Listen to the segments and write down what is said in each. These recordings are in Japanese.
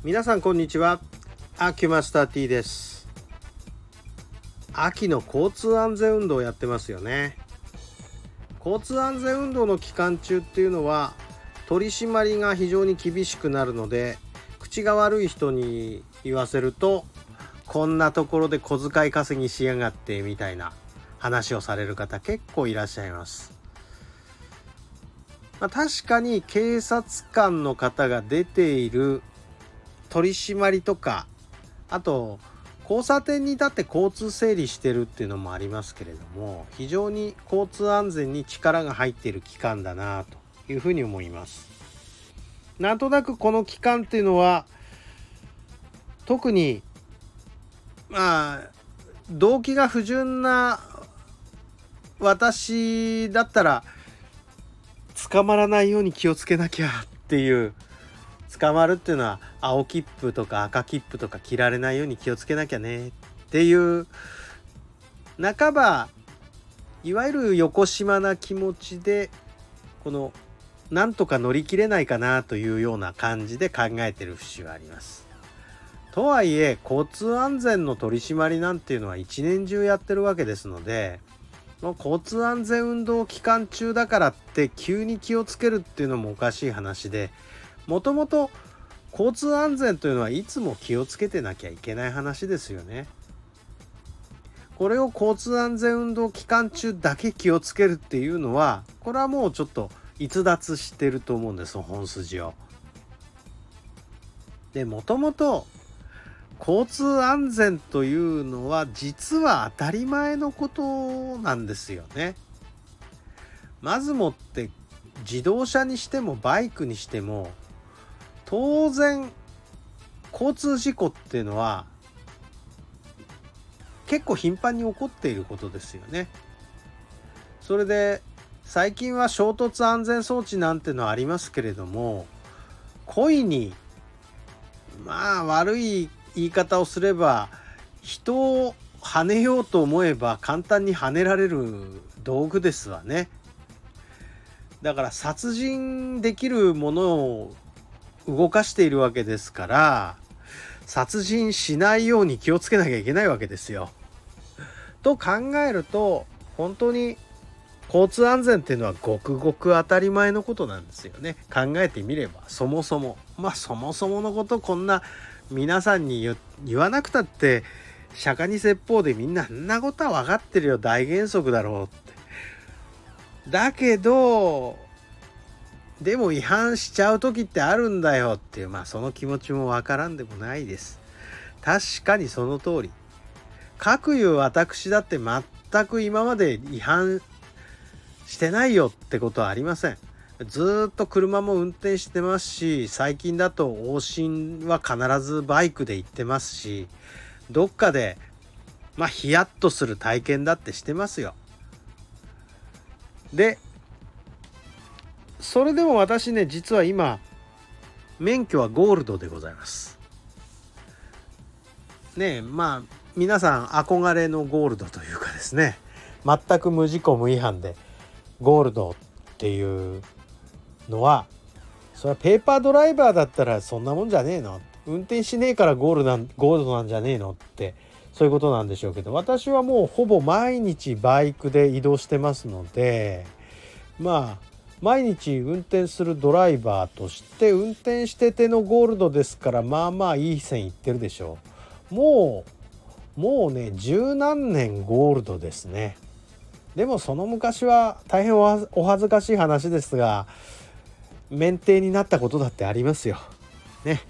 皆さんこんにちは。アキュマスター T です。秋の交通安全運動をやってますよね。交通安全運動の期間中っていうのは取り締まりが非常に厳しくなるので、口が悪い人に言わせると、こんなところで小遣い稼ぎしやがってみたいな話をされる方結構いらっしゃいます。確かに警察官の方が出ている取り締まりとか、あと交差点に立って交通整理してるっていうのもありますけれども、非常に交通安全に力が入っている期間だなというふうに思います。なんとなくこの期間っていうのは特に動機が不純な私だったら捕まらないように気をつけなきゃっていう、捕まるっていうのは青切符とか赤切符とか切られないように気をつけなきゃねっていう、半ばいわゆるよこしまな気持ちでこのなんとか乗り切れないかなというような感じで考えている節はあります。とはいえ交通安全の取り締まりなんていうのは一年中やってるわけですので、交通安全運動期間中だからって急に気をつけるっていうのもおかしい話で、もともと交通安全というのはいつも気をつけてなきゃいけない話ですよね。これを交通安全運動期間中だけ気をつけるっていうのは、これはもうちょっと逸脱してると思うんです、本筋を。で、もともと交通安全というのは実は当たり前のことなんですよね。まずもって自動車にしてもバイクにしても、当然交通事故っていうのは結構頻繁に起こっていることですよね。それで最近は衝突安全装置なんてのありますけれども、故意に悪い言い方をすれば人を跳ねようと思えば簡単に跳ねられる道具ですわね。だから殺人できるものを動かしているわけですから、殺人しないように気をつけなきゃいけないわけですよ。と考えると、本当に交通安全っていうのはごくごく当たり前のことなんですよね。考えてみればそもそものことこんな皆さんに言わなくたって釈迦に説法でみんなあんなことは分かってるよ、大原則だろうって。だけどでも違反しちゃう時ってあるんだよっていう、その気持ちも分からんでもないです。確かにその通り。かくいう私だって全く今まで違反してないよってことはありません。ずっと車も運転してますし、最近だと往診は必ずバイクで行ってますし、どっかでヒヤッとする体験だってしてますよ。で、それでも私ね、実は今免許はゴールドでございますね。皆さん憧れのゴールドというかですね、全く無事故無違反でゴールドっていうのは、それはペーパードライバーだったらそんなもんじゃねえの、運転しねえからゴールドなんじゃねえのって、そういうことなんでしょうけど、私はもうほぼ毎日バイクで移動してますので、毎日運転するドライバーとして運転しててのゴールドですから、いい線いってるでしょう。もうね、十何年ゴールドですね。でもその昔は大変お恥ずかしい話ですが、免停になったことだってありますよね。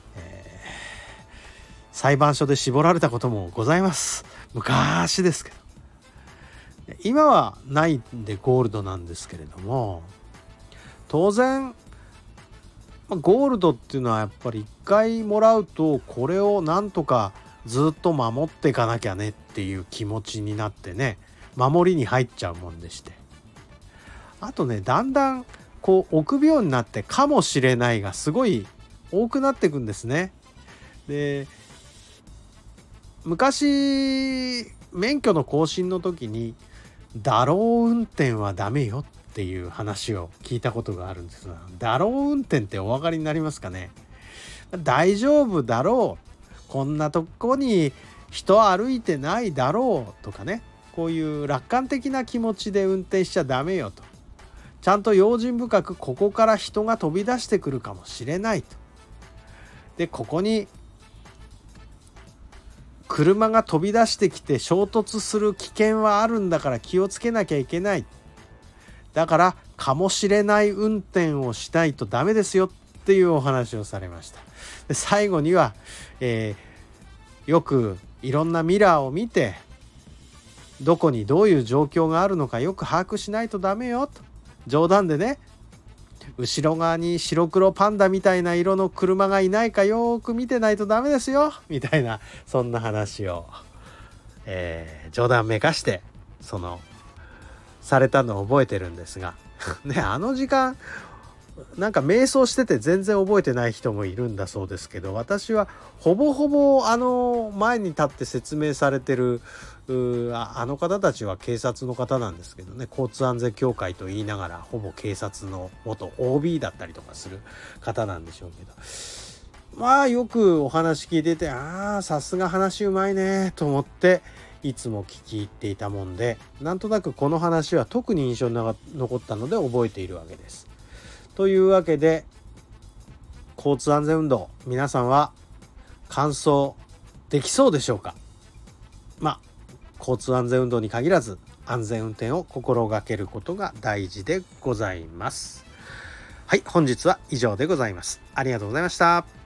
裁判所で絞られたこともございます。昔ですけど、今はないんでゴールドなんですけれども、当然ゴールドっていうのはやっぱり一回もらうと、これをなんとかずっと守っていかなきゃねっていう気持ちになってね、守りに入っちゃうもんでして、あとね、だんだん臆病になってかもしれないがすごい多くなっていくんですね。で、昔免許の更新の時にだろう運転はダメよっていう話を聞いたことがあるんですが、だろう運転ってお分かりになりますかね。 大丈夫だろう、こんなとこに人歩いてないだろうとかね、こういう楽観的な気持ちで運転しちゃダメよと、ちゃんと用心深くここから人が飛び出してくるかもしれないと。でここに車が飛び出してきて衝突する危険はあるんだから気をつけなきゃいけない。だからかもしれない運転をしないとダメですよっていうお話をされました。で最後には、よくいろんなミラーを見てどこにどういう状況があるのかよく把握しないとダメよと、冗談でね、後ろ側に白黒パンダみたいな色の車がいないかよく見てないとダメですよみたいな、そんな話を、冗談めかしてされたのを覚えてるんですがね、あの時間なんか瞑想してて全然覚えてない人もいるんだそうですけど、私はほぼほぼ前に立って説明されてるあの方たちは警察の方なんですけどね、交通安全協会と言いながらほぼ警察の元 OB だったりとかする方なんでしょうけど、まあよくお話聞いてて、さすが話うまいねと思っていつも聞き入っていたもんで、なんとなくこの話は特に印象に残ったので覚えているわけです。というわけで交通安全運動、皆さんは完走できそうでしょうか。交通安全運動に限らず安全運転を心がけることが大事でございます。はい、本日は以上でございます。ありがとうございました。